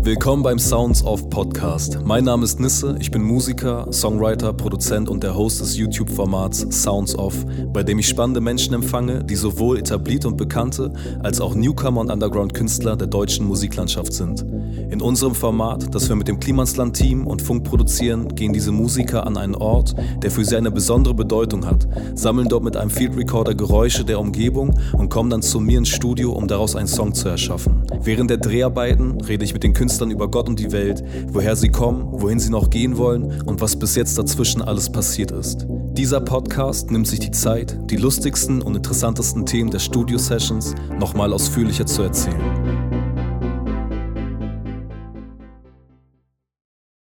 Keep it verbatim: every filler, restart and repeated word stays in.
Willkommen beim Sounds of Podcast. Mein Name ist Nisse, ich bin Musiker, Songwriter, Produzent und der Host des YouTube-Formats Sounds of, bei dem ich spannende Menschen empfange, die sowohl etablierte und bekannte, als auch Newcomer und Underground-Künstler der deutschen Musiklandschaft sind. In unserem Format, das wir mit dem Klimansland-Team und Funk produzieren, gehen diese Musiker an einen Ort, der für sie eine besondere Bedeutung hat, sammeln dort mit einem Field Recorder Geräusche der Umgebung und kommen dann zu mir ins Studio, um daraus einen Song zu erschaffen. Während der Dreharbeiten rede ich mit den Künstlern über Gott und die Welt, woher sie kommen, wohin sie noch gehen wollen und was bis jetzt dazwischen alles passiert ist. Dieser Podcast nimmt sich die Zeit, die lustigsten und interessantesten Themen der Studio-Sessions nochmal ausführlicher zu erzählen.